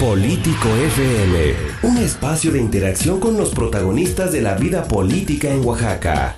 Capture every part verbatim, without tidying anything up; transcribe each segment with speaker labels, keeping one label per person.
Speaker 1: Político F M, un espacio de interacción con los protagonistas de la vida política en Oaxaca.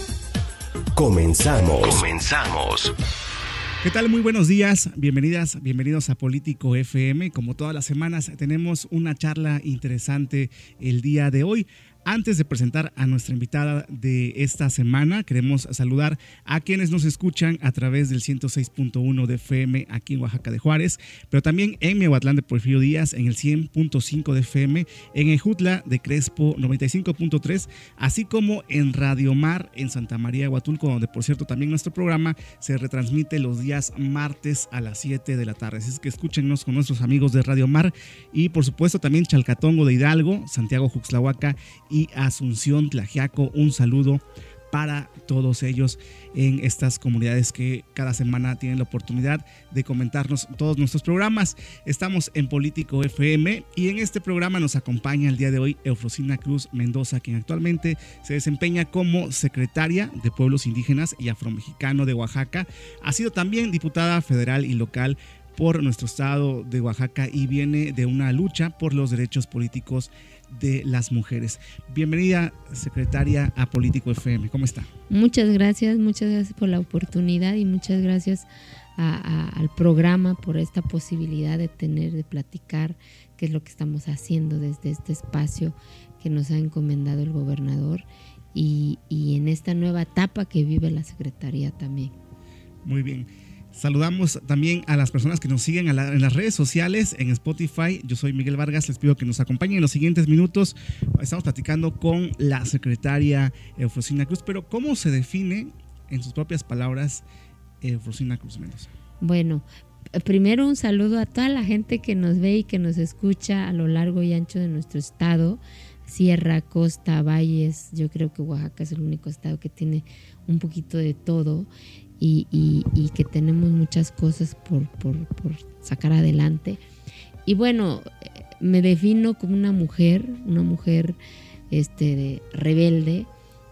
Speaker 1: Comenzamos. Comenzamos.
Speaker 2: ¿Qué tal? Muy buenos días, bienvenidas, bienvenidos a Político F M. Como todas las semanas tenemos una charla interesante el día de hoy. Antes de presentar a nuestra invitada de esta semana, queremos saludar a quienes nos escuchan a través del ciento seis punto uno de F M aquí en Oaxaca de Juárez, pero también en Miahuatlán de Porfirio Díaz en el cien punto cinco de F M, en Ejutla de Crespo noventa y cinco punto tres, así como en Radio Mar en Santa María de Huatulco, donde por cierto también nuestro programa se retransmite los días martes a las siete de la tarde. Así es que escúchenos con nuestros amigos de Radio Mar y por supuesto también Chalcatongo de Hidalgo, Santiago Juxtlahuaca y Asunción Tlaxiaco. Un saludo para todos ellos en estas comunidades que cada semana tienen la oportunidad de comentarnos todos nuestros programas. Estamos en Político F M y en este programa nos acompaña el día de hoy Eufrosina Cruz Mendoza, quien actualmente se desempeña como secretaria de Pueblos Indígenas y Afromexicano de Oaxaca. Ha sido también diputada federal y local por nuestro estado de Oaxaca y viene de una lucha por los derechos políticos de las mujeres. Bienvenida, secretaria, a Político F M. ¿Cómo está?
Speaker 3: Muchas gracias, muchas gracias por la oportunidad y muchas gracias a, a, al programa por esta posibilidad de tener, de platicar qué es lo que estamos haciendo desde este espacio que nos ha encomendado el gobernador y, y en esta nueva etapa que vive la secretaría también.
Speaker 2: Muy bien. Saludamos también a las personas que nos siguen a la, en las redes sociales, en Spotify. Yo soy Miguel Vargas, les pido que nos acompañen en los siguientes minutos. Estamos platicando con la secretaria Eufrosina Cruz, pero ¿cómo se define, en sus propias palabras, Eufrosina Cruz Mendoza?
Speaker 3: Bueno, primero un saludo a toda la gente que nos ve y que nos escucha a lo largo y ancho de nuestro estado, sierra, costa, valles. Yo creo que Oaxaca es el único estado que tiene un poquito de todo. Y, y, y que tenemos muchas cosas por, por, por sacar adelante. Y bueno, me defino como una mujer, una mujer este, de, rebelde,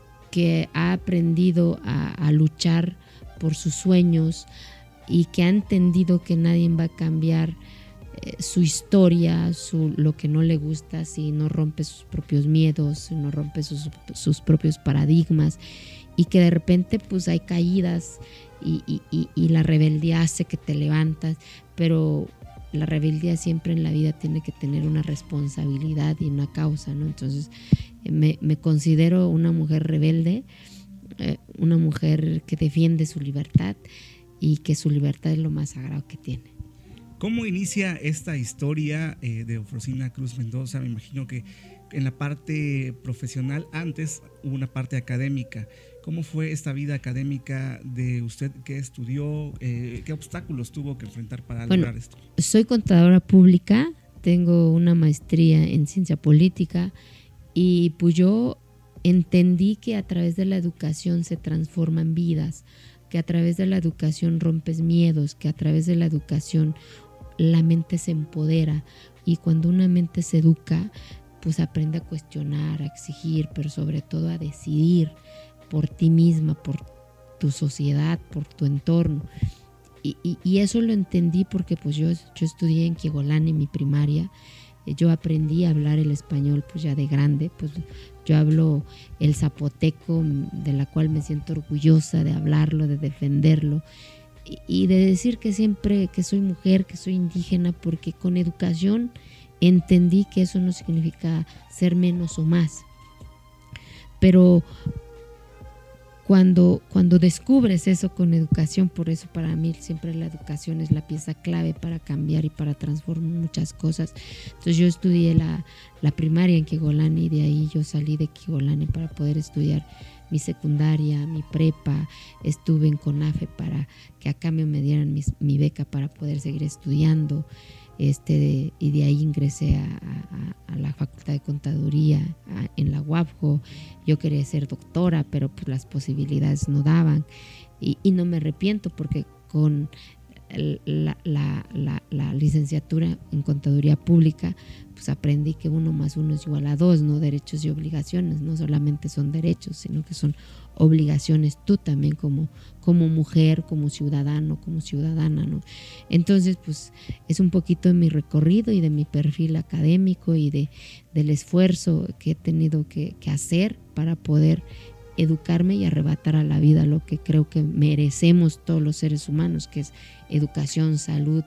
Speaker 3: que ha aprendido a, a luchar por sus sueños y que ha entendido que nadie va a cambiar eh, su historia, su, lo que no le gusta, si no rompe sus propios miedos, si no rompe sus, sus propios paradigmas. Y que de repente pues hay caídas y, y, y, y la rebeldía hace que te levantas, pero la rebeldía siempre en la vida tiene que tener una responsabilidad y una causa, ¿no? Entonces me, me considero una mujer rebelde, eh, una mujer que defiende su libertad y que su libertad es lo más sagrado que tiene.
Speaker 2: ¿Cómo inicia esta historia eh, de Eufrosina Cruz Mendoza? Me imagino que en la parte profesional antes hubo una parte académica. ¿Cómo fue esta vida académica de usted? ¿Qué estudió? Eh, ¿Qué obstáculos tuvo que enfrentar para
Speaker 3: bueno,
Speaker 2: lograr esto?
Speaker 3: Soy contadora pública, tengo una maestría en ciencia política y pues yo entendí que a través de la educación se transforman vidas, que a través de la educación rompes miedos, que a través de la educación la mente se empodera y cuando una mente se educa, pues aprende a cuestionar, a exigir, pero sobre todo a decidir por ti misma, por tu sociedad, por tu entorno. Y, y, y eso lo entendí porque pues yo, yo estudié en Quiegolán en mi primaria. Yo aprendí a hablar el español pues ya de grande. Pues yo hablo el zapoteco, de la cual me siento orgullosa de hablarlo, de defenderlo. Y, y de decir que siempre que soy mujer, que soy indígena, porque con educación entendí que eso no significa ser menos o más. Pero Cuando, cuando descubres eso con educación, por eso para mí siempre la educación es la pieza clave para cambiar y para transformar muchas cosas. Entonces yo estudié la, la primaria en Quiegolán y de ahí yo salí de Quiegolán para poder estudiar mi secundaria, mi prepa. Estuve en CONAFE para que a cambio me dieran mis, mi beca para poder seguir estudiando. Este, de, y de ahí ingresé a, a, a la Facultad de Contaduría a, en la U A P J O. Yo quería ser doctora, pero pues las posibilidades no daban y, y no me arrepiento porque con la, la, la, la licenciatura en Contaduría Pública pues aprendí que uno más uno es igual a dos, no derechos y obligaciones, no solamente son derechos, sino que son obligaciones tú también como, como mujer, como ciudadano, como ciudadana, ¿no? Entonces, pues es un poquito de mi recorrido y de mi perfil académico y de, del esfuerzo que he tenido que, que hacer para poder educarme y arrebatar a la vida lo que creo que merecemos todos los seres humanos, que es educación, salud,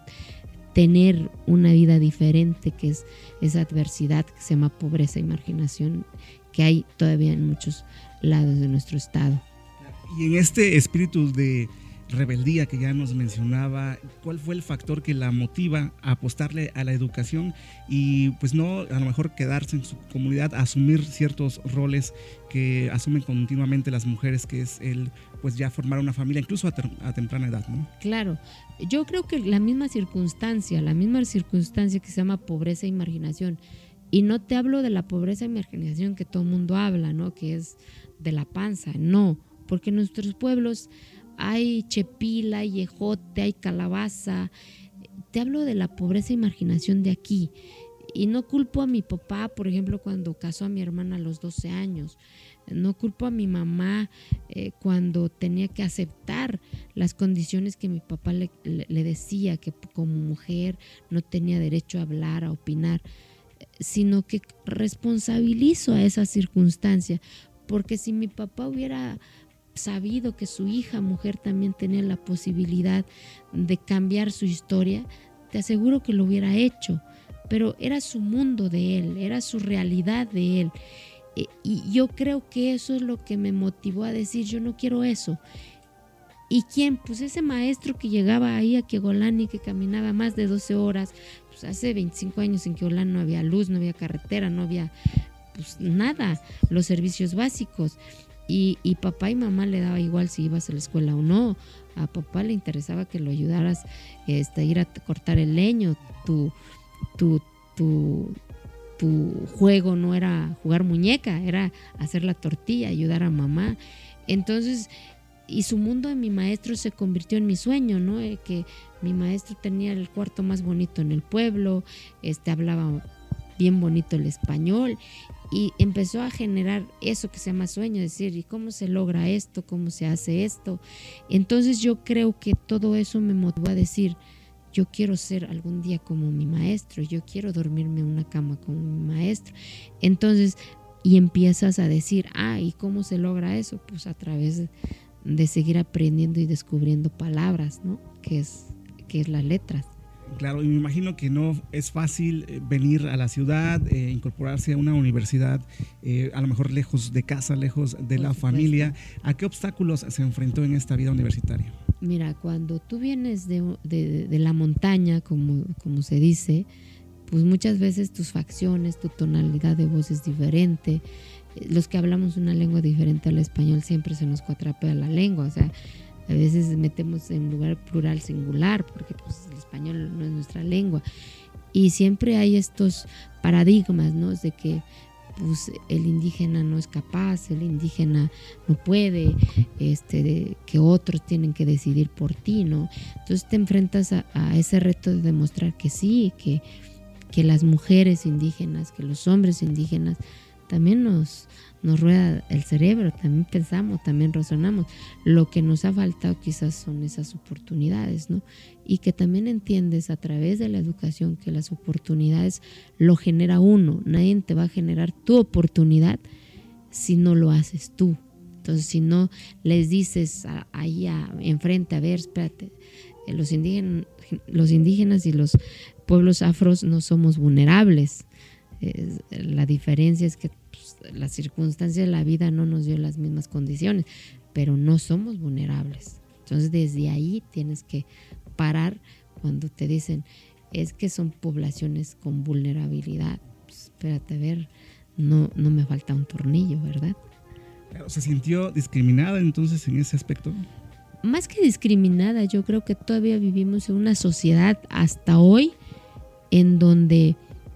Speaker 3: tener una vida diferente, que es esa adversidad que se llama pobreza y marginación que hay todavía en muchos lados de nuestro estado.
Speaker 2: Y en este espíritu de rebeldía que ya nos mencionaba, ¿cuál fue el factor que la motiva a apostarle a la educación y pues no a lo mejor quedarse en su comunidad, a asumir ciertos roles que asumen continuamente las mujeres, que es el pues ya formar una familia incluso a, ter- a temprana edad, ¿no?
Speaker 3: Claro, yo creo que la misma circunstancia, la misma circunstancia que se llama pobreza y marginación, y no te hablo de la pobreza y marginación que todo el mundo habla, ¿no? Que es de la panza, no, porque en nuestros pueblos hay chepila, hay ejote, hay calabaza. Te hablo de la pobreza y marginación de aquí. Y no culpo a mi papá, por ejemplo, cuando casó a mi hermana a los doce años. No culpo a mi mamá eh, cuando tenía que aceptar las condiciones que mi papá le, le, le decía, que como mujer no tenía derecho a hablar, a opinar, sino que responsabilizo a esa circunstancia. Porque si mi papá hubiera sabido que su hija mujer también tenía la posibilidad de cambiar su historia, te aseguro que lo hubiera hecho, pero era su mundo de él, era su realidad de él, y yo creo que eso es lo que me motivó a decir, yo no quiero eso. ¿Y quién? Pues ese maestro que llegaba ahí a Keogolán y que caminaba más de doce horas, pues hace veinticinco años en Keogolán no había luz, no había carretera, no había pues nada, los servicios básicos. Y, y papá y mamá le daba igual si ibas a la escuela o no. A papá le interesaba que lo ayudaras este, a ir a cortar el leño. Tu, tu, tu, tu juego no era jugar muñeca, era hacer la tortilla, ayudar a mamá. Entonces, y su mundo de mi maestro se convirtió en mi sueño, ¿no? Eh, que mi maestro tenía el cuarto más bonito en el pueblo, este, hablaba bien bonito el español. Y empezó a generar eso que se llama sueño, decir, ¿y cómo se logra esto? ¿Cómo se hace esto? Entonces yo creo que todo eso me motivó a decir, yo quiero ser algún día como mi maestro, yo quiero dormirme en una cama como mi maestro. Entonces, y empiezas a decir, ah, ¿y cómo se logra eso? Pues a través de, de seguir aprendiendo y descubriendo palabras, ¿no? Que es, que es las letras.
Speaker 2: Claro, y me imagino que no es fácil venir a la ciudad, eh, incorporarse a una universidad, eh, a lo mejor lejos de casa, lejos de Por la supuesto. familia. ¿A qué obstáculos se enfrentó en esta vida universitaria?
Speaker 3: Mira, cuando tú vienes de, de, de la montaña, como, como se dice, pues muchas veces tus facciones, tu tonalidad de voz es diferente. Los que hablamos una lengua diferente al español siempre se nos cuatrapea la lengua, o sea, a veces metemos en lugar plural singular porque pues, el español no es nuestra lengua. Y siempre hay estos paradigmas, ¿no? De que pues, el indígena no es capaz, el indígena no puede, este, de, que otros tienen que decidir por ti, ¿no? Entonces te enfrentas a, a ese reto de demostrar que sí, que, que las mujeres indígenas, que los hombres indígenas también nos... nos rueda el cerebro, también pensamos, también razonamos. Lo que nos ha faltado quizás son esas oportunidades, ¿no? Y que también entiendes a través de la educación que las oportunidades lo genera uno. Nadie te va a generar tu oportunidad si no lo haces tú. Entonces, si no les dices a, ahí a, enfrente, a ver, espérate, los indígenas, los indígenas y los pueblos afros no somos vulnerables. Eh, la diferencia es que pues, la circunstancia de la vida no nos dio las mismas condiciones, pero no somos vulnerables. Entonces desde ahí tienes que parar cuando te dicen es que son poblaciones con vulnerabilidad. Pues, espérate a ver, no, no me falta un tornillo, ¿verdad?
Speaker 2: ¿Se sintió discriminada entonces en ese aspecto?
Speaker 3: Más que discriminada, yo creo que todavía vivimos en una sociedad hasta hoy en donde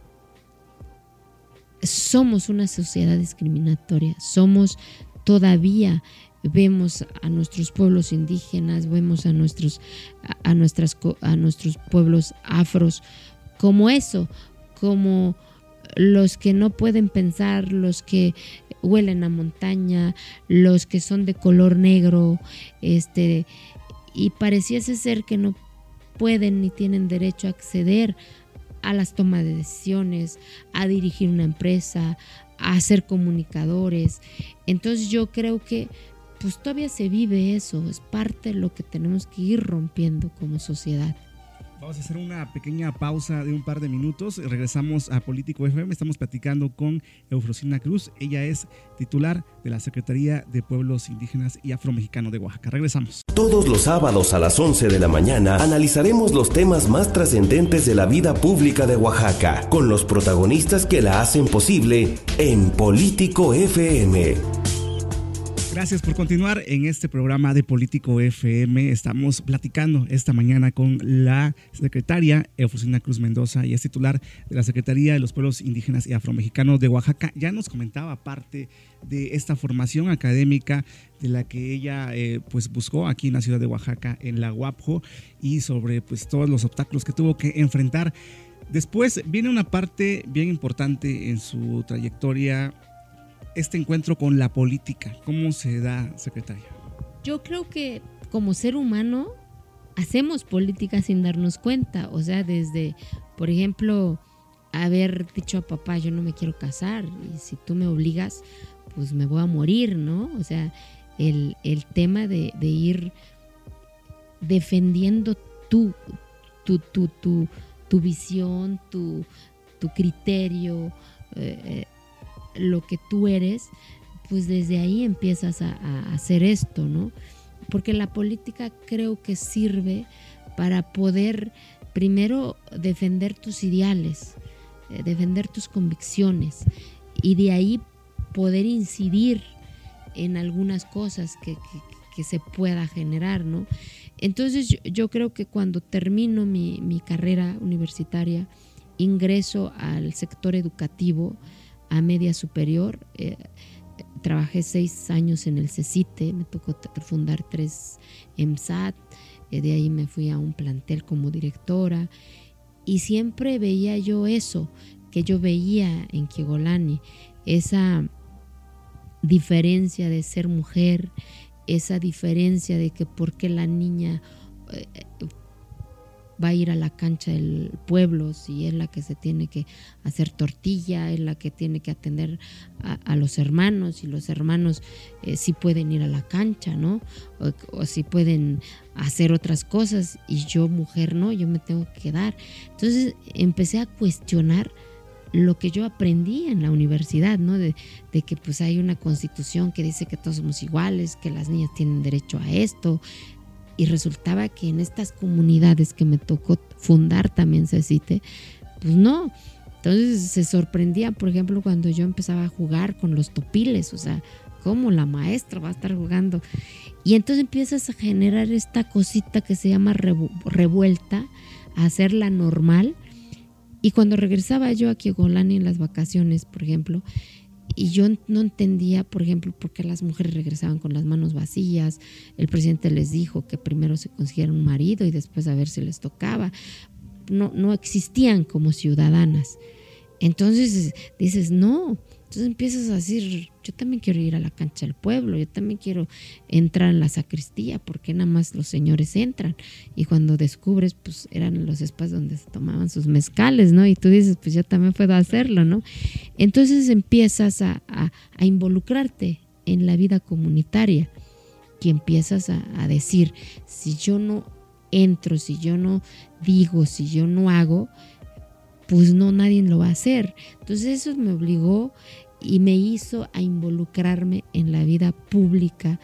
Speaker 3: somos una sociedad discriminatoria, somos todavía, vemos a nuestros pueblos indígenas, vemos a nuestros, a, a nuestras, a nuestros pueblos afros como eso, como los que no pueden pensar, los que huelen a montaña, los que son de color negro, este, y pareciese ser que no pueden ni tienen derecho a acceder a las tomas de decisiones, a dirigir una empresa, a ser comunicadores. Entonces yo creo que pues todavía se vive eso, es parte de lo que tenemos que ir rompiendo como sociedad.
Speaker 2: Vamos a hacer una pequeña pausa de un par de minutos. Regresamos a Político F M. Estamos platicando con Eufrosina Cruz. Ella es titular de la Secretaría de Pueblos Indígenas y Afromexicanos de Oaxaca. Regresamos.
Speaker 1: Todos los sábados a las once de la mañana analizaremos los temas más trascendentes de la vida pública de Oaxaca con los protagonistas que la hacen posible en Político F M.
Speaker 2: Gracias por continuar en este programa de Político F M. Estamos platicando esta mañana con la secretaria Eufrosina Cruz Mendoza y es titular de la Secretaría de los Pueblos Indígenas y Afromexicanos de Oaxaca. Ya nos comentaba parte de esta formación académica de la que ella eh, pues buscó aquí en la ciudad de Oaxaca, en la U A P J O, y sobre pues todos los obstáculos que tuvo que enfrentar. Después viene una parte bien importante en su trayectoria, este encuentro con la política. ¿Cómo se da, secretaria?
Speaker 3: Yo creo que como ser humano hacemos política sin darnos cuenta. O sea, desde, por ejemplo, haber dicho a papá, yo no me quiero casar y si tú me obligas, pues me voy a morir, ¿no? O sea, el, el tema de, de ir defendiendo tu, tu, tu, tu, tu visión, tu, tu criterio, eh, lo que tú eres, pues desde ahí empiezas a, a hacer esto, ¿no? Porque la política creo que sirve para poder primero defender tus ideales, eh, defender tus convicciones y de ahí poder incidir en algunas cosas que, que, que se pueda generar, ¿no? Entonces yo, yo creo que cuando termino mi, mi carrera universitaria, ingreso al sector educativo, a media superior, eh, trabajé seis años en el CECITE, me tocó fundar tres EMSAT, eh, de ahí me fui a un plantel como directora y siempre veía yo eso, que yo veía en Quiegolani, esa diferencia de ser mujer, esa diferencia de que por qué la niña eh, va a ir a la cancha del pueblo si es la que se tiene que hacer tortilla, es la que tiene que atender a, a los hermanos y los hermanos eh, sí pueden ir a la cancha, ¿no? O, o sí pueden hacer otras cosas y yo mujer no, yo me tengo que quedar. Entonces empecé a cuestionar lo que yo aprendí en la universidad, ¿no? De, de que pues hay una constitución que dice que todos somos iguales, que las niñas tienen derecho a esto. Y resultaba que en estas comunidades que me tocó fundar también CECITE, pues no. Entonces se sorprendía, por ejemplo, cuando yo empezaba a jugar con los topiles, o sea, ¿cómo la maestra va a estar jugando? Y entonces empiezas a generar esta cosita que se llama revu- revuelta, a hacerla normal. Y cuando regresaba yo a Quiegolani en las vacaciones, por ejemplo, y yo no entendía, por ejemplo, por qué las mujeres regresaban con las manos vacías. El presidente les dijo que primero se consiguieran un marido y después a ver si les tocaba. No, no existían como ciudadanas. Entonces dices, no. Entonces empiezas a decir, yo también quiero ir a la cancha del pueblo, yo también quiero entrar en la sacristía, porque nada más los señores entran. Y cuando descubres, pues eran los espacios donde se tomaban sus mezcales, ¿no? Y tú dices, pues yo también puedo hacerlo, ¿no? Entonces empiezas a, a, a involucrarte en la vida comunitaria y empiezas a, a decir, si yo no entro, si yo no digo, si yo no hago, pues no, nadie lo va a hacer. Entonces eso me obligó y me hizo a involucrarme en la vida pública,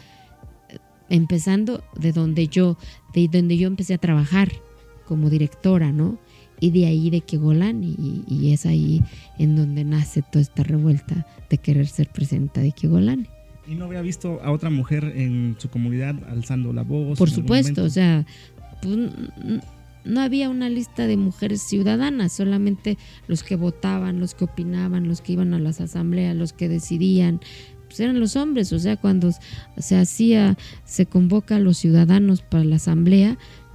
Speaker 3: empezando de donde yo, de donde yo empecé a trabajar como directora, ¿no? Y de ahí de Quiegolani, y, y es ahí en donde nace toda esta revuelta de querer ser presidenta de Quiegolani.
Speaker 2: ¿Y no había visto a otra mujer en su comunidad alzando la voz?
Speaker 3: Por supuesto, o sea, pues, no había una lista de mujeres ciudadanas, solamente los que votaban, los que opinaban, los que iban a las asambleas, los que decidían, pues eran los hombres. O sea, cuando se hacía, se convoca a los ciudadanos para la asamblea,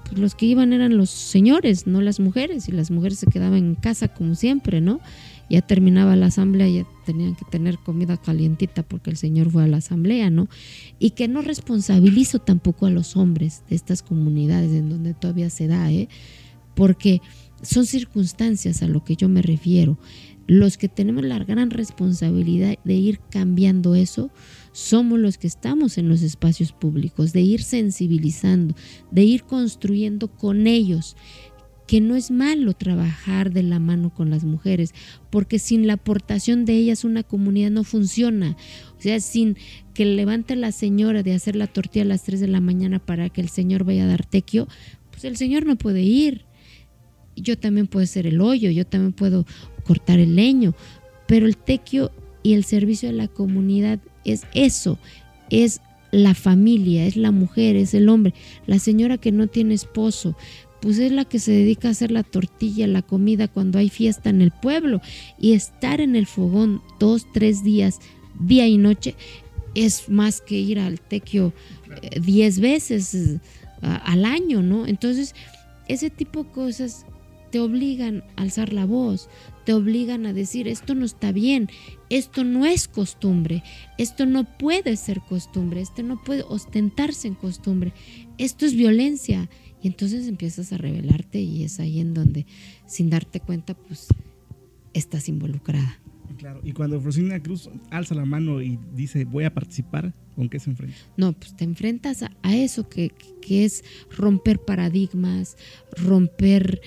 Speaker 3: pues los que iban eran los señores, no las mujeres, y las mujeres se quedaban en casa como siempre, ¿no? Ya terminaba la asamblea, ya tenían que tener comida calientita porque el señor fue a la asamblea, ¿no? Y que no responsabilizo tampoco a los hombres de estas comunidades en donde todavía se da, ¿eh? Porque son circunstancias a lo que yo me refiero. Los que tenemos la gran responsabilidad de ir cambiando eso somos los que estamos en los espacios públicos, de ir sensibilizando, de ir construyendo con ellos, que no es malo trabajar de la mano con las mujeres, porque sin la aportación de ellas una comunidad no funciona. O sea, sin que levante la señora de hacer la tortilla a las tres de la mañana para que el señor vaya a dar tequio, pues el señor no puede ir. Yo también puedo hacer el hoyo, yo también puedo cortar el leño, pero el tequio y el servicio a la comunidad es eso, es la familia, es la mujer, es el hombre, la señora que no tiene esposo, pues es la que se dedica a hacer la tortilla, la comida cuando hay fiesta en el pueblo, y estar en el fogón dos, tres días, día y noche, es más que ir al tequio eh, diez veces eh, al año, ¿no? Entonces, ese tipo de cosas te obligan a alzar la voz, te obligan a decir, esto no está bien, esto no es costumbre, esto no puede ser costumbre, esto no puede ostentarse en costumbre, esto es violencia. Y entonces empiezas a rebelarte y es ahí en donde, sin darte cuenta, pues estás involucrada.
Speaker 2: Claro, y cuando Rosina Cruz alza la mano y dice, voy a participar, ¿con qué se enfrenta?
Speaker 3: No, pues te enfrentas a, a eso que, que es romper paradigmas, romper,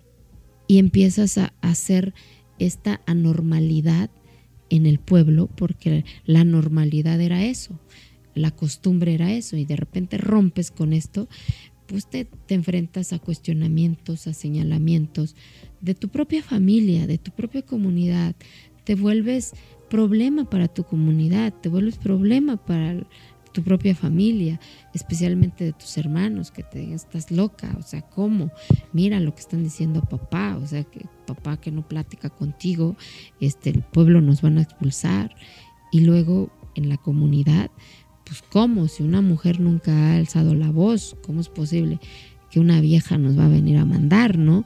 Speaker 3: y empiezas a, a hacer esta anormalidad en el pueblo, porque la normalidad era eso, la costumbre era eso, y de repente rompes con esto, pues te, te enfrentas a cuestionamientos, a señalamientos de tu propia familia, de tu propia comunidad, te vuelves problema para tu comunidad, te vuelves problema para tu propia familia, especialmente de tus hermanos, que te digan, estás loca, o sea, ¿cómo? Mira lo que están diciendo papá, o sea, que papá que no platica contigo, este, el pueblo nos van a expulsar. Y luego en la comunidad, pues ¿cómo? Si una mujer nunca ha alzado la voz, ¿cómo es posible que una vieja nos va a venir a mandar, no?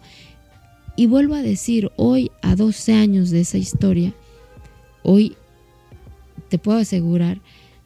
Speaker 3: Y vuelvo a decir, hoy a doce años de esa historia, hoy te puedo asegurar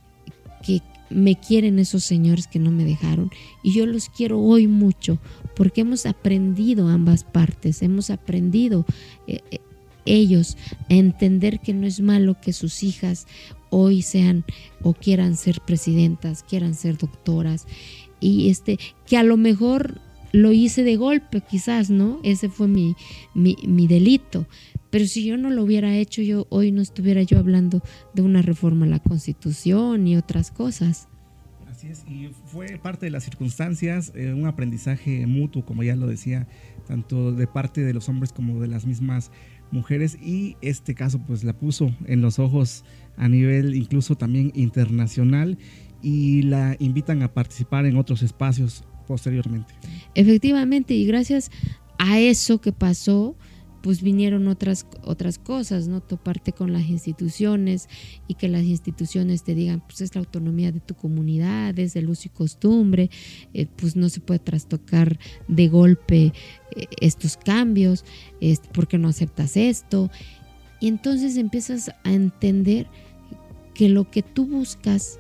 Speaker 3: que me quieren esos señores que no me dejaron, y yo los quiero hoy mucho porque hemos aprendido ambas partes, hemos aprendido eh, eh, ellos a entender que no es malo que sus hijas hoy sean o quieran ser presidentas, quieran ser doctoras, y este que a lo mejor lo hice de golpe, quizás, ¿no? Ese fue mi, mi, mi delito. Pero si yo no lo hubiera hecho, yo hoy no estuviera yo hablando de una reforma a la Constitución y otras cosas.
Speaker 2: Así es, y fue parte de las circunstancias, eh, un aprendizaje mutuo, como ya lo decía, tanto de parte de los hombres como de las mismas mujeres, y este caso pues la puso en los ojos a nivel incluso también internacional, y la invitan a participar en otros espacios posteriormente.
Speaker 3: Efectivamente, y gracias a eso que pasó, pues vinieron otras, otras cosas, ¿no? Toparte con las instituciones y que las instituciones te digan, pues es la autonomía de tu comunidad, es el uso y costumbre, eh, pues no se puede trastocar de golpe eh, estos cambios, eh, ¿por qué no aceptas esto? Y entonces empiezas a entender que lo que tú buscas,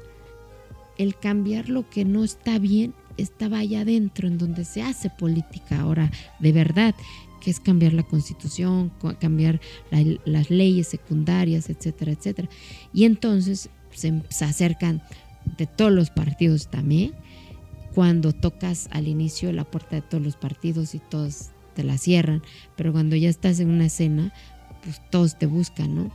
Speaker 3: el cambiar lo que no está bien, estaba allá adentro, en donde se hace política ahora de verdad, que es cambiar la Constitución, cambiar la, las leyes secundarias, etcétera, etcétera. Y entonces se, se acercan de todos los partidos también. Cuando tocas al inicio la puerta de todos los partidos y todos te la cierran, pero cuando ya estás en una escena, pues todos te buscan, ¿no?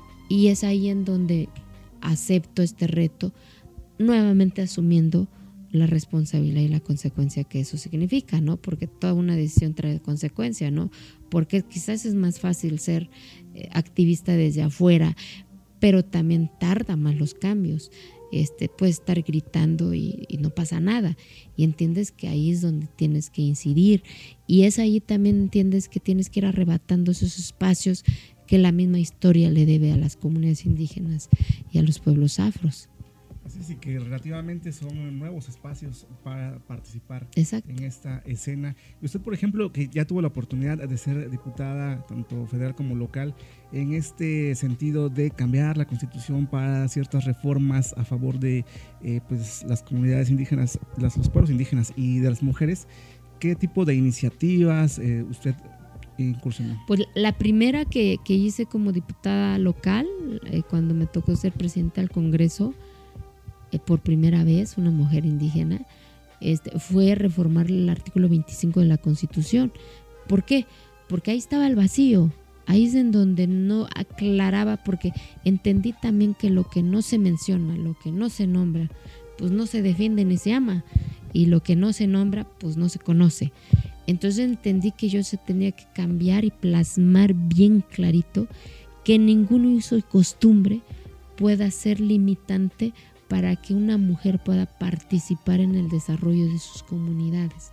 Speaker 3: Y es ahí en donde acepto este reto, nuevamente asumiendo la responsabilidad y la consecuencia que eso significa, ¿no? Porque toda una decisión trae consecuencia, ¿no? Porque quizás es más fácil ser eh, activista desde afuera, pero también tarda más los cambios. Este, puedes estar gritando y, y no pasa nada, y entiendes que ahí es donde tienes que incidir, y es ahí también entiendes que tienes que ir arrebatando esos espacios que la misma historia le debe a las comunidades indígenas y a los pueblos afros.
Speaker 2: Así Sí, sí, que relativamente son nuevos espacios para participar
Speaker 3: Exacto.
Speaker 2: en esta escena. Y usted, por ejemplo, que ya tuvo la oportunidad de ser diputada tanto federal como local, en este sentido de cambiar la Constitución para ciertas reformas a favor de eh, pues, las comunidades indígenas, las, los pueblos indígenas y de las mujeres, ¿qué tipo de iniciativas eh, usted incursionó?
Speaker 3: Pues la primera que, que hice como diputada local, eh, cuando me tocó ser presidenta del Congreso, eh, por primera vez, una mujer indígena, este, fue reformar el artículo veinticinco de la Constitución. ¿Por qué? Porque ahí estaba el vacío, ahí es en donde no aclaraba, porque entendí también que lo que no se menciona, lo que no se nombra, pues no se defiende ni se ama, y lo que no se nombra, pues no se conoce. Entonces entendí que yo se tenía que cambiar y plasmar bien clarito que ningún uso y costumbre pueda ser limitante para que una mujer pueda participar en el desarrollo de sus comunidades.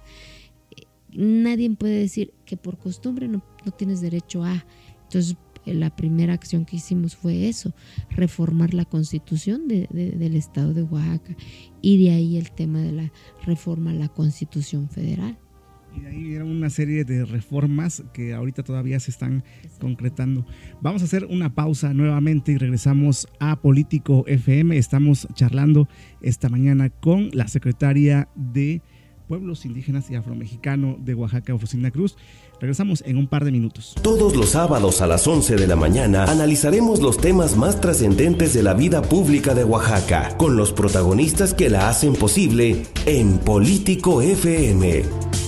Speaker 3: Nadie puede decir que por costumbre no, no tienes derecho a. Entonces la primera acción que hicimos fue eso, reformar la Constitución de, de, del Estado de Oaxaca, y de ahí el tema de la reforma a la Constitución Federal.
Speaker 2: Y de ahí eran una serie de reformas que ahorita todavía se están concretando. Vamos a hacer una pausa nuevamente y regresamos a Político F M. Estamos charlando esta mañana con la secretaria de Pueblos Indígenas y Afromexicano de Oaxaca, Eufrosina Cruz. Regresamos en un par de minutos.
Speaker 1: Todos los sábados a las once de la mañana analizaremos los temas más trascendentes de la vida pública de Oaxaca, con los protagonistas que la hacen posible en Político F M.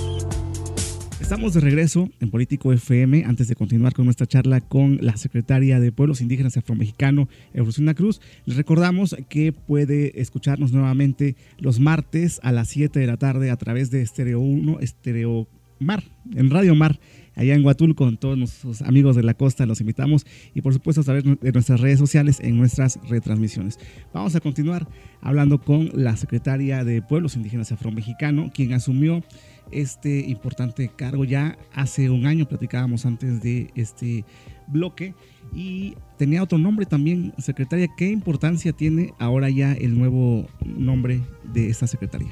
Speaker 2: Estamos de regreso en Político F M. Antes de continuar con nuestra charla con la secretaria de Pueblos Indígenas y Afromexicano, Eufrosina Cruz, les recordamos que puede escucharnos nuevamente los martes a las siete de la tarde a través de Estéreo uno, Estéreo Mar, en Radio Mar, allá en Huatulco, con todos nuestros amigos de la costa, los invitamos, y por supuesto a través de nuestras redes sociales en nuestras retransmisiones. Vamos a continuar hablando con la secretaria de Pueblos Indígenas y Afromexicano, quien asumió este importante cargo ya hace un año. Platicábamos antes de este bloque y tenía otro nombre también, secretaria. ¿Qué importancia tiene ahora ya el nuevo nombre de esta secretaria?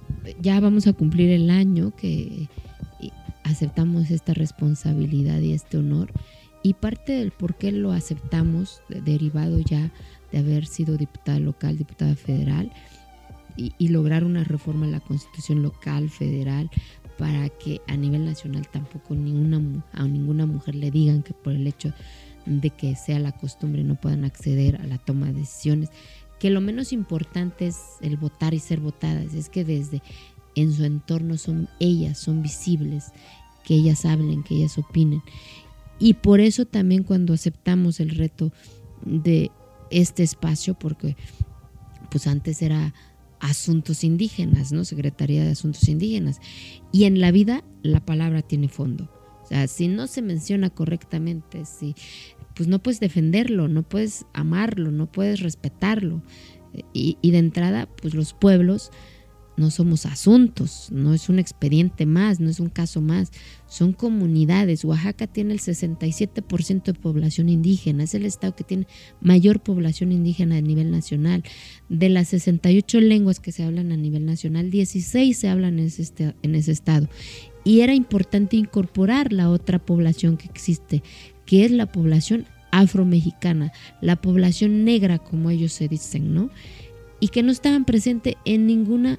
Speaker 3: Ya vamos a cumplir el año que aceptamos esta responsabilidad y este honor, y parte del por qué lo aceptamos, derivado ya de haber sido diputada local, diputada federal, y, y lograr una reforma a la Constitución local, federal, para que a nivel nacional tampoco ninguna, a ninguna mujer le digan que por el hecho de que sea la costumbre no puedan acceder a la toma de decisiones, que lo menos importante es el votar y ser votadas, es que desde en su entorno son ellas, son visibles, que ellas hablen, que ellas opinen. Y por eso también cuando aceptamos el reto de este espacio, porque pues antes era Asuntos Indígenas, ¿no? Secretaría de Asuntos Indígenas, y en la vida la palabra tiene fondo. O sea, si no se menciona correctamente, si, pues no puedes defenderlo, no puedes amarlo, no puedes respetarlo. Y, y de entrada, pues los pueblos no somos asuntos, no es un expediente más, no es un caso más, son comunidades. Oaxaca tiene el sesenta y siete por ciento de población indígena, es el estado que tiene mayor población indígena a nivel nacional. De las sesenta y ocho lenguas que se hablan a nivel nacional, dieciséis se hablan en ese, en ese estado. Y era importante incorporar la otra población que existe, que es la población afromexicana, la población negra, como ellos se dicen, ¿no? Y que no estaban presentes en ninguna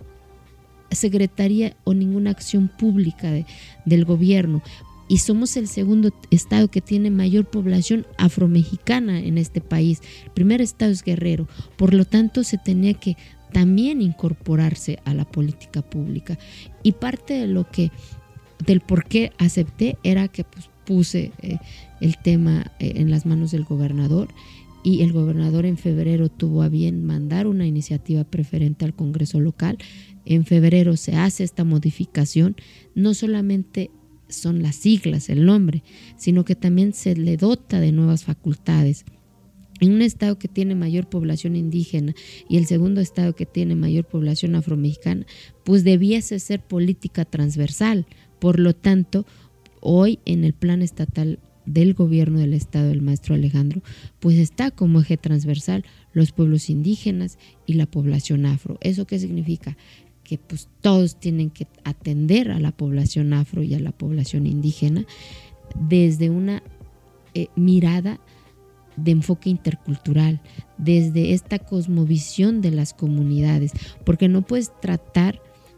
Speaker 3: secretaría o ninguna acción pública de, del gobierno. Y somos el segundo estado que tiene mayor población afromexicana en este país. El primer estado es Guerrero. Por lo tanto, se tenía que también incorporarse a la política pública. Y parte de lo que, del por qué acepté, era que pues, puse eh, el tema eh, en las manos del gobernador, y el gobernador en febrero tuvo a bien mandar una iniciativa preferente al Congreso local. En febrero se hace esta modificación, no solamente son las siglas, el nombre, sino que también se le dota de nuevas facultades. En un estado que tiene mayor población indígena y el segundo estado que tiene mayor población afromexicana, pues debiese ser política transversal. Por lo tanto, hoy en el plan estatal del gobierno del estado del maestro Alejandro, pues está como eje transversal los pueblos indígenas y la población afro. ¿Eso qué significa? Que pues todos tienen que atender a la población afro y a la población indígena desde una eh, mirada de enfoque intercultural, desde esta cosmovisión de las comunidades, porque no puedes tratar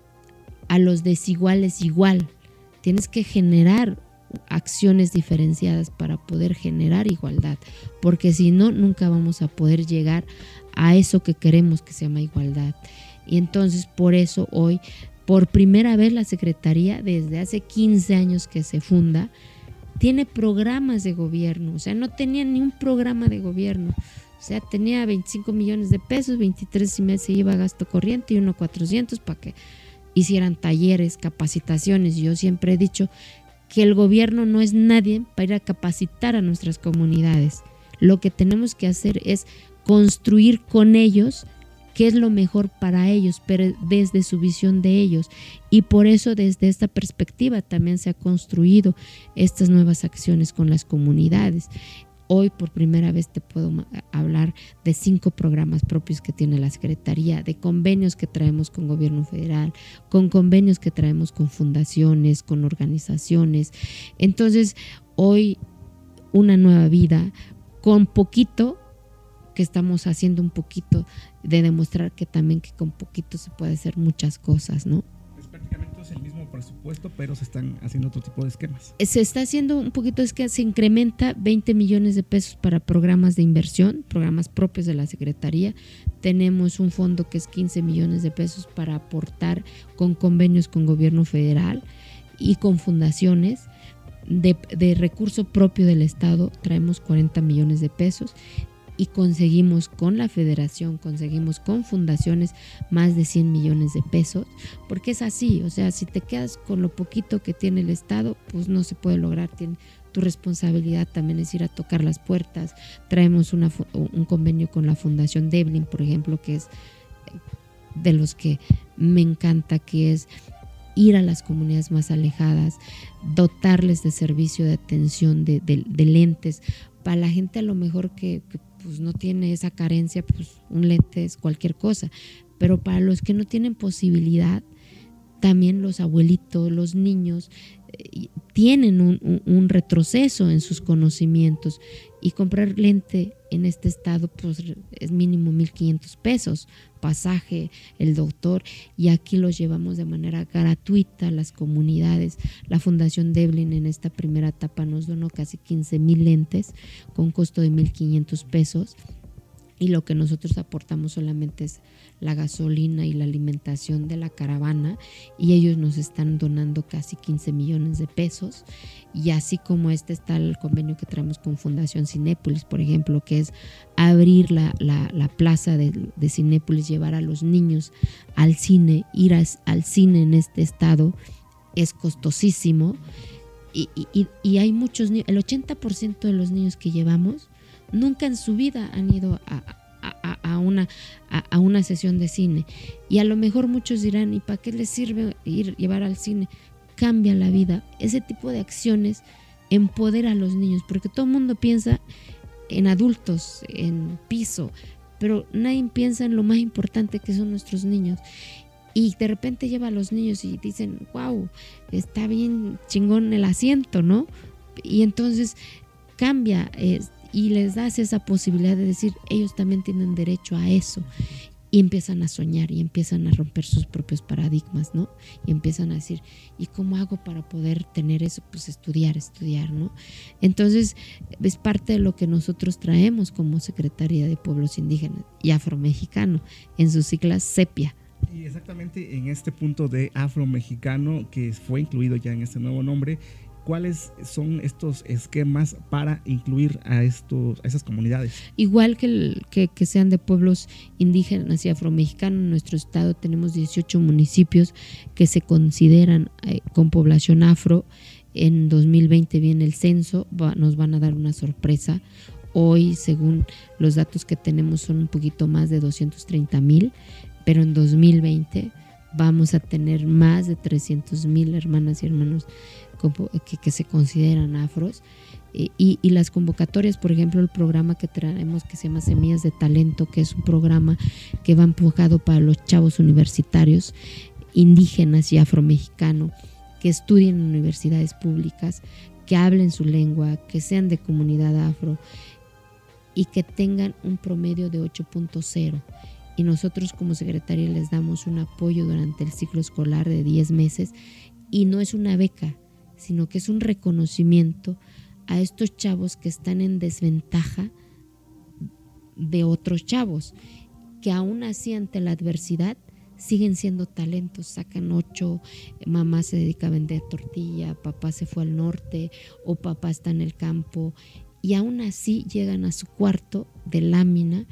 Speaker 3: a los desiguales igual, tienes que generar acciones diferenciadas para poder generar igualdad, porque si no, nunca vamos a poder llegar a eso que queremos que se llama igualdad. Y entonces por eso hoy, por primera vez, la Secretaría, desde hace quince años que se funda, tiene programas de gobierno. O sea, no tenía ni un programa de gobierno. O sea, tenía veinticinco millones de pesos, veintitrés y medio se iba a gasto corriente y uno cuatrocientos para que hicieran talleres, capacitaciones. Yo siempre he dicho que el gobierno no es nadie para ir a capacitar a nuestras comunidades. Lo que tenemos que hacer es construir con ellos qué es lo mejor para ellos, pero desde su visión de ellos. Y por eso desde esta perspectiva también se ha construido estas nuevas acciones con las comunidades. Hoy por primera vez te puedo hablar de cinco programas propios que tiene la Secretaría, de convenios que traemos con gobierno federal, con convenios que traemos con fundaciones, con organizaciones. Entonces, hoy una nueva vida, con poquito, que estamos haciendo un poquito de demostrar que también que con poquito se puede hacer muchas cosas, ¿no?
Speaker 2: Es prácticamente es el mismo presupuesto, pero se están haciendo otro tipo de esquemas.
Speaker 3: Se está haciendo un poquito, es que se incrementa veinte millones de pesos para programas de inversión, programas propios de la Secretaría. Tenemos un fondo que es quince millones de pesos para aportar con convenios con gobierno federal y con fundaciones. De, de recurso propio del Estado traemos cuarenta millones de pesos. Y conseguimos con la federación, conseguimos con fundaciones más de cien millones de pesos, porque es así, o sea, si te quedas con lo poquito que tiene el Estado, pues no se puede lograr. Tiene, tu responsabilidad también es ir a tocar las puertas. Traemos una, un convenio con la Fundación Devlin, por ejemplo, que es de los que me encanta, que es ir a las comunidades más alejadas, dotarles de servicio de atención, de, de, de lentes, para la gente a lo mejor que, que pues no tiene esa carencia, pues un lente es cualquier cosa, pero para los que no tienen posibilidad, también los abuelitos, los niños eh, tienen un, un, un retroceso en sus conocimientos, y comprar lente en este estado pues es mínimo mil quinientos pesos, pasaje, el doctor, y aquí los llevamos de manera gratuita a las comunidades. La Fundación Devlin en esta primera etapa nos donó casi quince mil lentes con costo de mil quinientos pesos, y lo que nosotros aportamos solamente es la gasolina y la alimentación de la caravana, y ellos nos están donando casi quince millones de pesos. Y así como este está el convenio que traemos con Fundación Cinépolis, por ejemplo, que es abrir la, la, la plaza de, de Cinépolis, llevar a los niños al cine. Ir a, al cine en este estado es costosísimo, y, y, y hay muchos niños, el ochenta por ciento de los niños que llevamos nunca en su vida han ido a, a, a, una, a, a una sesión de cine, y a lo mejor muchos dirán, ¿y para qué les sirve ir llevar al cine? Cambia la vida. Ese tipo de acciones empodera a los niños, porque todo el mundo piensa en adultos, en piso, pero nadie piensa en lo más importante que son nuestros niños. Y de repente lleva a los niños y dicen, wow, está bien chingón el asiento, ¿no? Y entonces cambia eh, y les das esa posibilidad de decir, ellos también tienen derecho a eso. Y empiezan a soñar y empiezan a romper sus propios paradigmas, ¿no? Y empiezan a decir, ¿y cómo hago para poder tener eso? Pues estudiar, estudiar, ¿no? Entonces, es parte de lo que nosotros traemos como Secretaría de Pueblos Indígenas y Afromexicano, en sus siglas SEPIA.
Speaker 2: Y exactamente en este punto de afromexicano, que fue incluido ya en este nuevo nombre, ¿cuáles son estos esquemas para incluir a, estos, a esas comunidades?
Speaker 3: Igual que, el, que, que sean de pueblos indígenas y afromexicanos, en nuestro estado tenemos dieciocho municipios que se consideran eh, con población afro. En dos mil veinte viene el censo, va, nos van a dar una sorpresa. Hoy, según los datos que tenemos, son un poquito más de doscientos treinta mil, pero en dos mil veinte vamos a tener más de trescientos mil hermanas y hermanos que, que se consideran afros. Y, y las convocatorias, por ejemplo, el programa que traemos que se llama Semillas de Talento, que es un programa que va enfocado para los chavos universitarios indígenas y afromexicanos que estudien en universidades públicas, que hablen su lengua, que sean de comunidad afro y que tengan un promedio de ocho punto cero. Y nosotros como secretaría les damos un apoyo durante el ciclo escolar de diez meses, y no es una beca, sino que es un reconocimiento a estos chavos que están en desventaja de otros chavos, que aún así ante la adversidad siguen siendo talentos, sacan ocho, mamá se dedica a vender tortilla, papá se fue al norte o papá está en el campo, y aún así llegan a su cuarto de lámina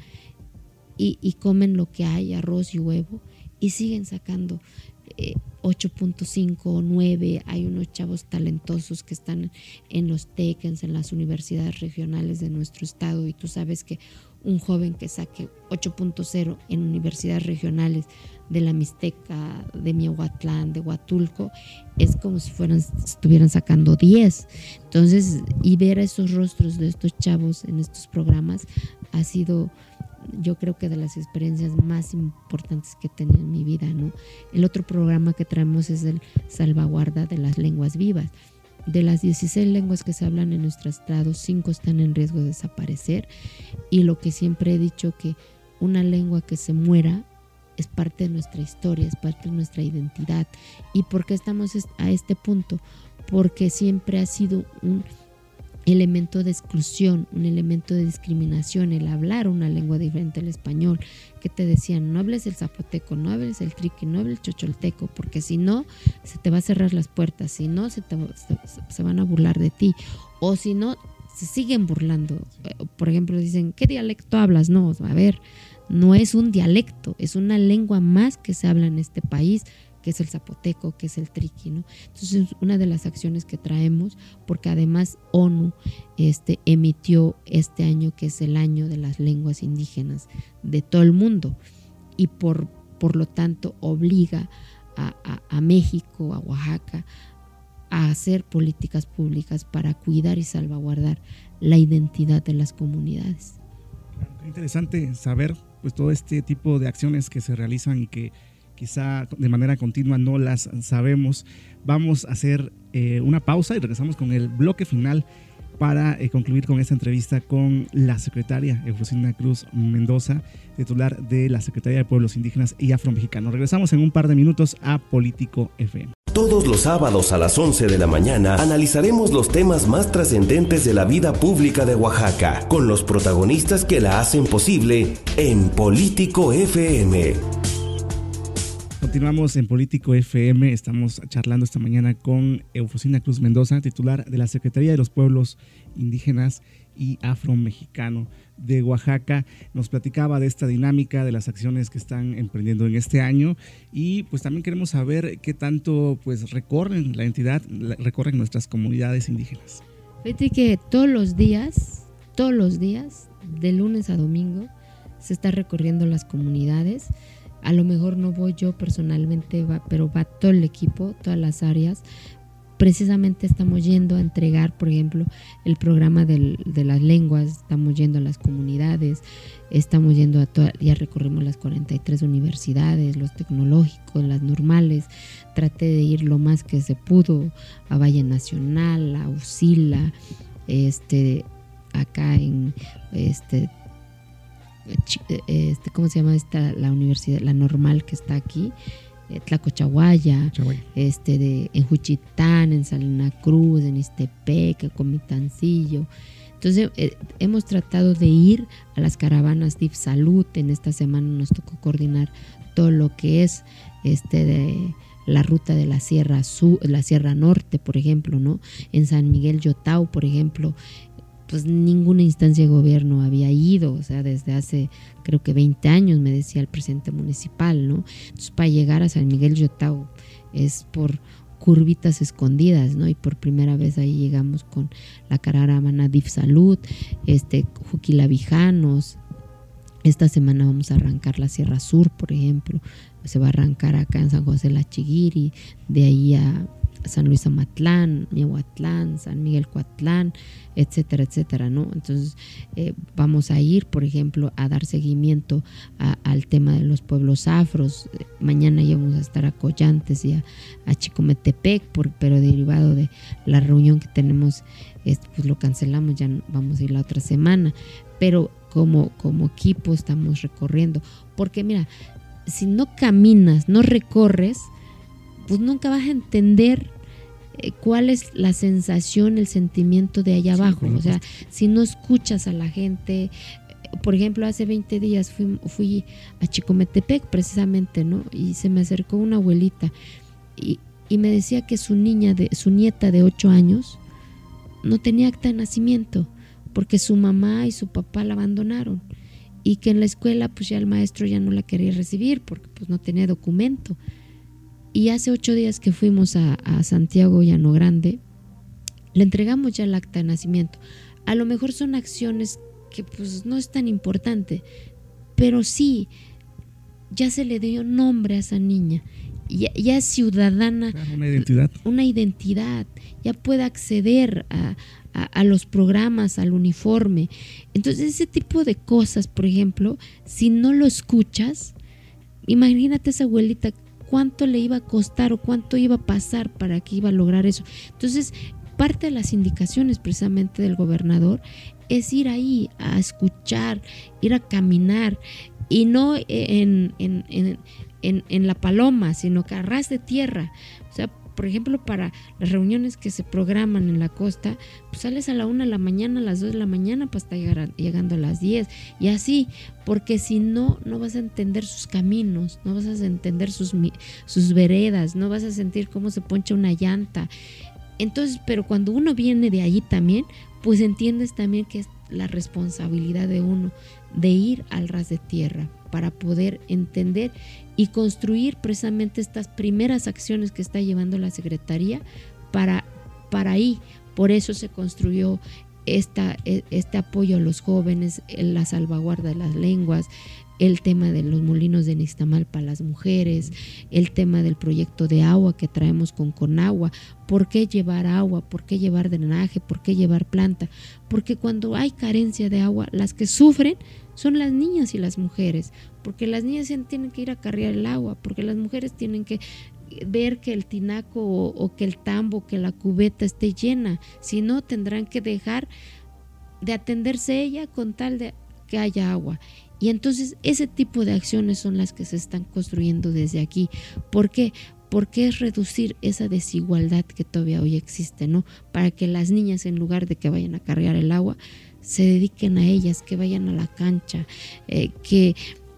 Speaker 3: y, y comen lo que hay, arroz y huevo, y siguen sacando eh, ocho punto cinco o nueve. Hay unos chavos talentosos que están en los TECENS, en las universidades regionales de nuestro estado, y tú sabes que un joven que saque ocho punto cero en universidades regionales de la Mixteca, de Miahuatlán, de Huatulco, es como si fueran, estuvieran sacando diez. Entonces, y ver esos rostros de estos chavos en estos programas ha sido, yo creo que de las experiencias más importantes que he tenido en mi vida, ¿no? El otro programa que traemos es el Salvaguarda de las Lenguas Vivas. De las dieciséis lenguas que se hablan en nuestro estado, cinco están en riesgo de desaparecer, y lo que siempre he dicho, que una lengua que se muera es parte de nuestra historia, es parte de nuestra identidad. ¿Y por qué estamos a este punto? Porque siempre ha sido un elemento de exclusión, un elemento de discriminación el hablar una lengua diferente al español, que te decían no hables el zapoteco, no hables el triqui, no hables el chocholteco, porque si no se te va a cerrar las puertas, si no se, te, se, se van a burlar de ti, o si no se siguen burlando. Por ejemplo, dicen ¿qué dialecto hablas? No, a ver, no es un dialecto, es una lengua más que se habla en este país, que es el zapoteco, que es el triqui, ¿no? Entonces, una de las acciones que traemos, porque además ONU este, emitió este año, que es el año de las lenguas indígenas de todo el mundo, y por, por lo tanto obliga a, a, a México, a Oaxaca, a hacer políticas públicas para cuidar y salvaguardar la identidad de las comunidades.
Speaker 2: Qué interesante saber pues todo este tipo de acciones que se realizan y que quizá de manera continua no las sabemos. Vamos a hacer eh, una pausa y regresamos con el bloque final para eh, concluir con esta entrevista con la secretaria Eufrosina Cruz Mendoza, titular de la Secretaría de Pueblos Indígenas y Afromexicanos. Regresamos en un par de minutos a Político F M.
Speaker 1: Todos los sábados a las once de la mañana analizaremos los temas más trascendentes de la vida pública de Oaxaca, con los protagonistas que la hacen posible en Político F M.
Speaker 2: Continuamos en Político F M, estamos charlando esta mañana con Eufrosina Cruz Mendoza, titular de la Secretaría de los Pueblos Indígenas y Afromexicanos de Oaxaca. Nos platicaba de esta dinámica, de las acciones que están emprendiendo en este año, y pues también queremos saber qué tanto pues recorren la entidad, recorren nuestras comunidades indígenas.
Speaker 3: Fíjate que todos los días, todos los días, de lunes a domingo, se está recorriendo las comunidades. A lo mejor no voy yo personalmente, va, pero va todo el equipo, todas las áreas. Precisamente estamos yendo a entregar, por ejemplo, el programa del, de las lenguas, estamos yendo a las comunidades, estamos yendo a todas, ya recorrimos las cuarenta y tres universidades, los tecnológicos, las normales. Traté de ir lo más que se pudo a Valle Nacional, a Usila, este, acá en este. Este, ¿cómo se llama esta la universidad, la normal que está aquí? Eh, Tlacochahuaya, este de en Juchitán, en Salina Cruz, en Ixtepec, Comitancillo. Entonces eh, hemos tratado de ir a las caravanas D I F Salud. En esta semana nos tocó coordinar todo lo que es este de la ruta de la Sierra Sur, la Sierra Norte, por ejemplo, ¿no? En San Miguel Yotao, por ejemplo, pues ninguna instancia de gobierno había ido, o sea, desde hace creo que veinte años, me decía el presidente municipal, ¿no? Entonces, para llegar a San Miguel Yotao es por curvitas escondidas, ¿no? Y por primera vez ahí llegamos con la caravana D I F Salud, este, Juquilavijanos. Esta semana vamos a arrancar la Sierra Sur, por ejemplo, se va a arrancar acá en San José La Chiguiri, de ahí a San Luis Amatlán, Miahuatlán, San Miguel Coatlán, etcétera, etcétera, ¿no? Entonces eh, vamos a ir, por ejemplo, a dar seguimiento a, al tema de los pueblos afros. Mañana ya vamos a estar a Collantes y a, a Chicometepec, por, pero derivado de la reunión que tenemos, es, pues lo cancelamos, ya vamos a ir la otra semana, pero como, como equipo estamos recorriendo, porque mira, si no caminas, no recorres, pues nunca vas a entender eh, cuál es la sensación, el sentimiento de allá abajo. Sí, o sea, si no escuchas a la gente, por ejemplo, hace veinte días fui, fui a Chicometepec precisamente, ¿no? Y se me acercó una abuelita y, y me decía que su niña, de, su nieta de ocho años, no tenía acta de nacimiento porque su mamá y su papá la abandonaron, y que en la escuela pues ya el maestro ya no la quería recibir porque pues no tenía documento. Y hace ocho días que fuimos a, a Santiago Llano Grande, le entregamos ya el acta de nacimiento. A lo mejor son acciones que pues no es tan importante, pero sí, ya se le dio nombre a esa niña, ya, ya es ciudadana,
Speaker 2: claro, una identidad.
Speaker 3: Una identidad, ya puede acceder a, a, a los programas, al uniforme. Entonces ese tipo de cosas, por ejemplo, si no lo escuchas, imagínate esa abuelita, cuánto le iba a costar o cuánto iba a pasar para que iba a lograr eso. Entonces, parte de las indicaciones precisamente del gobernador es ir ahí a escuchar, ir a caminar, y no en, en, en, en, en la paloma, sino que a ras de tierra. O sea, por ejemplo, para las reuniones que se programan en la costa, pues sales a la una de la mañana, a las dos de la mañana, pues está llegar a, llegando a las diez, y así, porque si no, no vas a entender sus caminos, no vas a entender sus, sus veredas, no vas a sentir cómo se poncha una llanta. Entonces, pero cuando uno viene de allí también, pues entiendes también que es la responsabilidad de uno de ir al ras de tierra para poder entender y construir precisamente estas primeras acciones que está llevando la Secretaría para, para ahí. Por eso se construyó esta, este apoyo a los jóvenes, la salvaguarda de las lenguas, el tema de los molinos de Nixtamal para las mujeres, el tema del proyecto de agua que traemos con Conagua. ¿Por qué llevar agua? ¿Por qué llevar drenaje? ¿Por qué llevar planta? Porque cuando hay carencia de agua, las que sufren son las niñas y las mujeres, porque las niñas tienen que ir a cargar el agua, porque las mujeres tienen que ver que el tinaco o, o que el tambo, que la cubeta esté llena, si no tendrán que dejar de atenderse ella con tal de que haya agua. Y entonces ese tipo de acciones son las que se están construyendo desde aquí. ¿Por qué? Porque es reducir esa desigualdad que todavía hoy existe, ¿no? Para que las niñas, en lugar de que vayan a cargar el agua, se dediquen a ellas, que vayan a la cancha, eh, que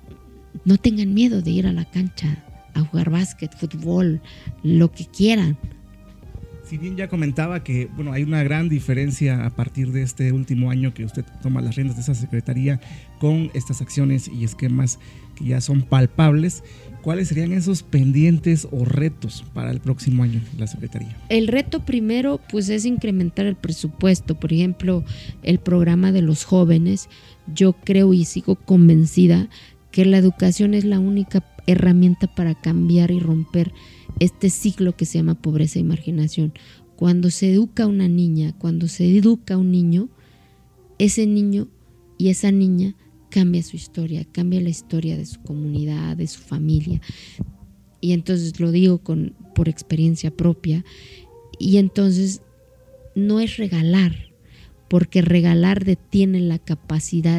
Speaker 3: no tengan miedo de ir a la cancha a jugar básquet, fútbol, lo que quieran.
Speaker 2: Si bien ya comentaba que bueno, hay una gran diferencia a partir de este último año que usted toma las riendas de esa secretaría con estas acciones y esquemas que ya son palpables, ¿cuáles serían esos pendientes o retos para el próximo año de la secretaría?
Speaker 3: El reto primero pues es incrementar el presupuesto. Por ejemplo, el programa de los jóvenes, yo creo y sigo convencida que la educación es la única herramienta para cambiar y romper este ciclo que se llama pobreza y marginación. Cuando se educa a una niña, cuando se educa a un niño, ese niño y esa niña cambia su historia, cambia la historia de su comunidad, de su familia. Y entonces lo digo con, por experiencia propia. Y entonces no es regalar, porque regalar detiene la capacidad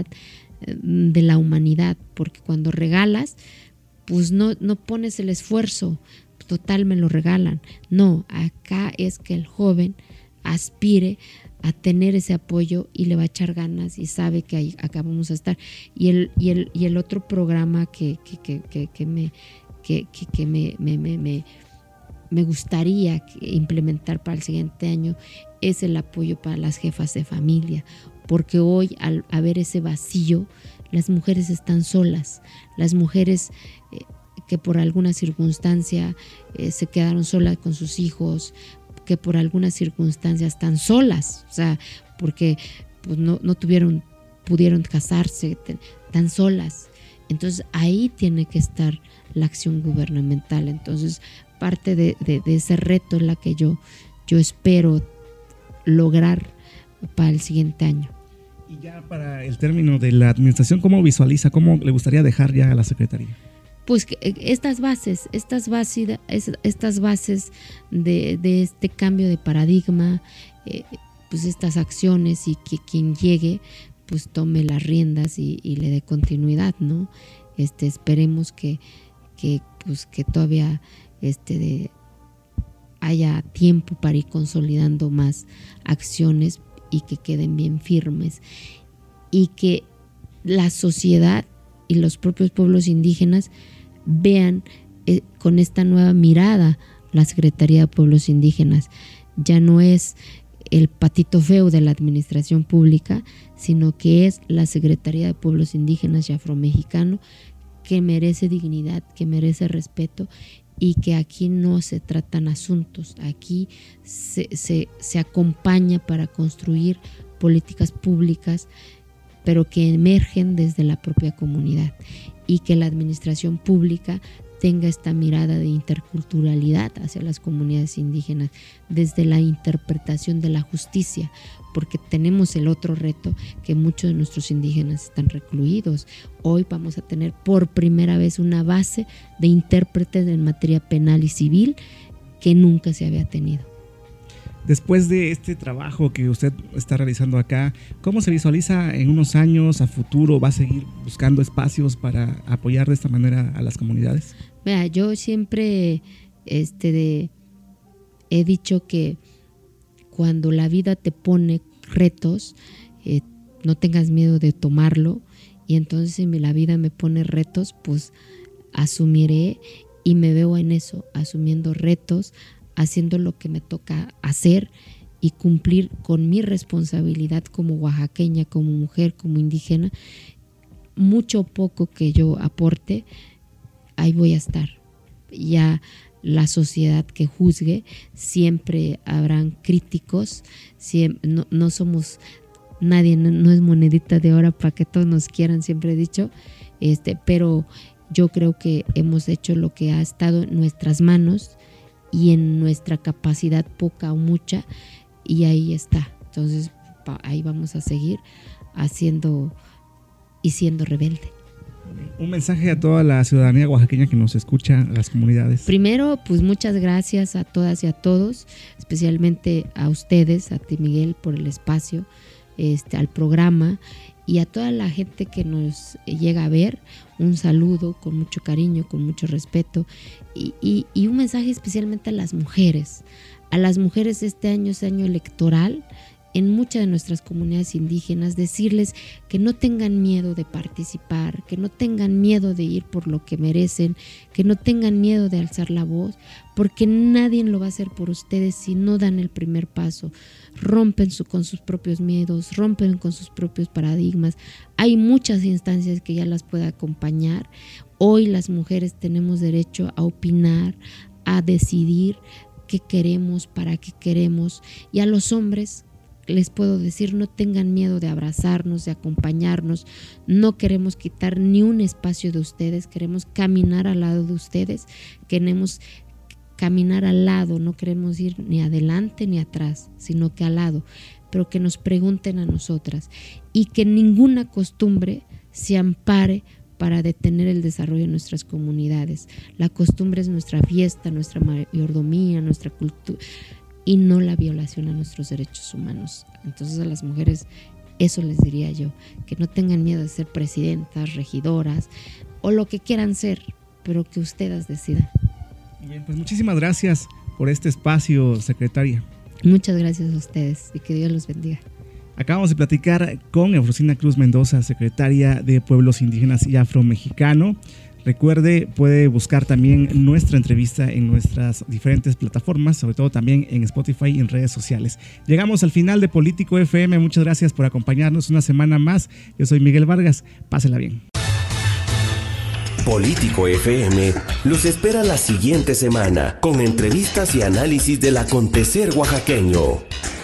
Speaker 3: de la humanidad, porque cuando regalas, pues no, no pones el esfuerzo, total me lo regalan. No, acá es que el joven aspire a tener ese apoyo y le va a echar ganas y sabe que ahí acá vamos a estar. Y el, y el, y el otro programa que, que, que, que, que me, que, que, que me, me, me, me, me gustaría implementar para el siguiente año es el apoyo para las jefas de familia, porque hoy al haber ese vacío, las mujeres están solas, las mujeres eh, que por alguna circunstancia eh, se quedaron solas con sus hijos, que por algunas circunstancias están solas, o sea, porque pues, no, no tuvieron, pudieron casarse, tan solas. Entonces ahí tiene que estar la acción gubernamental. Entonces parte de, de, de ese reto en la que yo, yo espero lograr para el siguiente año.
Speaker 2: Y ya para el término de la administración, ¿cómo visualiza, cómo le gustaría dejar ya a la Secretaría?
Speaker 3: Pues que estas bases, estas bases, estas bases de, de este cambio de paradigma, eh, pues estas acciones, y que quien llegue pues tome las riendas y, y le dé continuidad, ¿no? Este, esperemos que, que, pues, que todavía este, de, haya tiempo para ir consolidando más acciones y que queden bien firmes, y que la sociedad y los propios pueblos indígenas vean eh, con esta nueva mirada la Secretaría de Pueblos Indígenas. Ya no es el patito feo de la administración pública, sino que es la Secretaría de Pueblos Indígenas y Afromexicanos, que merece dignidad, que merece respeto, y que aquí no se tratan asuntos, aquí se, se, se acompaña para construir políticas públicas, pero que emergen desde la propia comunidad, y que la administración pública tenga esta mirada de interculturalidad hacia las comunidades indígenas, desde la interpretación de la justicia, porque tenemos el otro reto, que muchos de nuestros indígenas están recluidos. Hoy vamos a tener por primera vez una base de intérpretes en materia penal y civil que nunca se había tenido.
Speaker 2: Después de este trabajo que usted está realizando acá, ¿cómo se visualiza en unos años a futuro? ¿Va a seguir buscando espacios para apoyar de esta manera a las comunidades?
Speaker 3: Vea, yo siempre este, de, he dicho que cuando la vida te pone retos, eh, no tengas miedo de tomarlo, y entonces si la vida me pone retos, pues asumiré, y me veo en eso, asumiendo retos, haciendo lo que me toca hacer y cumplir con mi responsabilidad como oaxaqueña, como mujer, como indígena. Mucho o poco que yo aporte, ahí voy a estar. Ya la sociedad que juzgue, siempre habrán críticos, siempre, no, no somos nadie, no, no es monedita de oro para que todos nos quieran, siempre he dicho, este, pero yo creo que hemos hecho lo que ha estado en nuestras manos y en nuestra capacidad, poca o mucha, y ahí está. Entonces ahí vamos a seguir haciendo y siendo rebelde.
Speaker 2: Un mensaje a toda la ciudadanía oaxaqueña que nos escucha, a las comunidades.
Speaker 3: Primero, pues muchas gracias a todas y a todos, especialmente a ustedes, a ti Miguel, por el espacio, este, al programa, y a toda la gente que nos llega a ver. Un saludo con mucho cariño, con mucho respeto, y, y, y un mensaje especialmente a las mujeres. A las mujeres, este año es año electoral en muchas de nuestras comunidades indígenas, decirles que no tengan miedo de participar, que no tengan miedo de ir por lo que merecen, que no tengan miedo de alzar la voz, porque nadie lo va a hacer por ustedes si no dan el primer paso. Rompen su, con sus propios miedos, rompen con sus propios paradigmas. Hay muchas instancias que ya las puede acompañar. Hoy las mujeres tenemos derecho a opinar, a decidir qué queremos, para qué queremos, y a los hombres les puedo decir, no tengan miedo de abrazarnos, de acompañarnos. No queremos quitar ni un espacio de ustedes, queremos caminar al lado de ustedes, queremos caminar al lado, no queremos ir ni adelante ni atrás, sino que al lado, pero que nos pregunten a nosotras, y que ninguna costumbre se ampare para detener el desarrollo de nuestras comunidades. La costumbre es nuestra fiesta, nuestra mayordomía, nuestra cultura, y no la violación a nuestros derechos humanos. Entonces a las mujeres eso les diría yo, que no tengan miedo de ser presidentas, regidoras o lo que quieran ser, pero que ustedes decidan.
Speaker 2: Bien, pues muchísimas gracias por este espacio, secretaria.
Speaker 3: Muchas gracias a ustedes y que Dios los bendiga.
Speaker 2: Acabamos de platicar con Eufrosina Cruz Mendoza, secretaria de Pueblos Indígenas y Afromexicano. Recuerde, puede buscar también nuestra entrevista en nuestras diferentes plataformas, sobre todo también en Spotify y en redes sociales. Llegamos al final de Político F M. Muchas gracias por acompañarnos una semana más. Yo soy Miguel Vargas. Pásela bien.
Speaker 1: Político F M los espera la siguiente semana con entrevistas y análisis del acontecer oaxaqueño.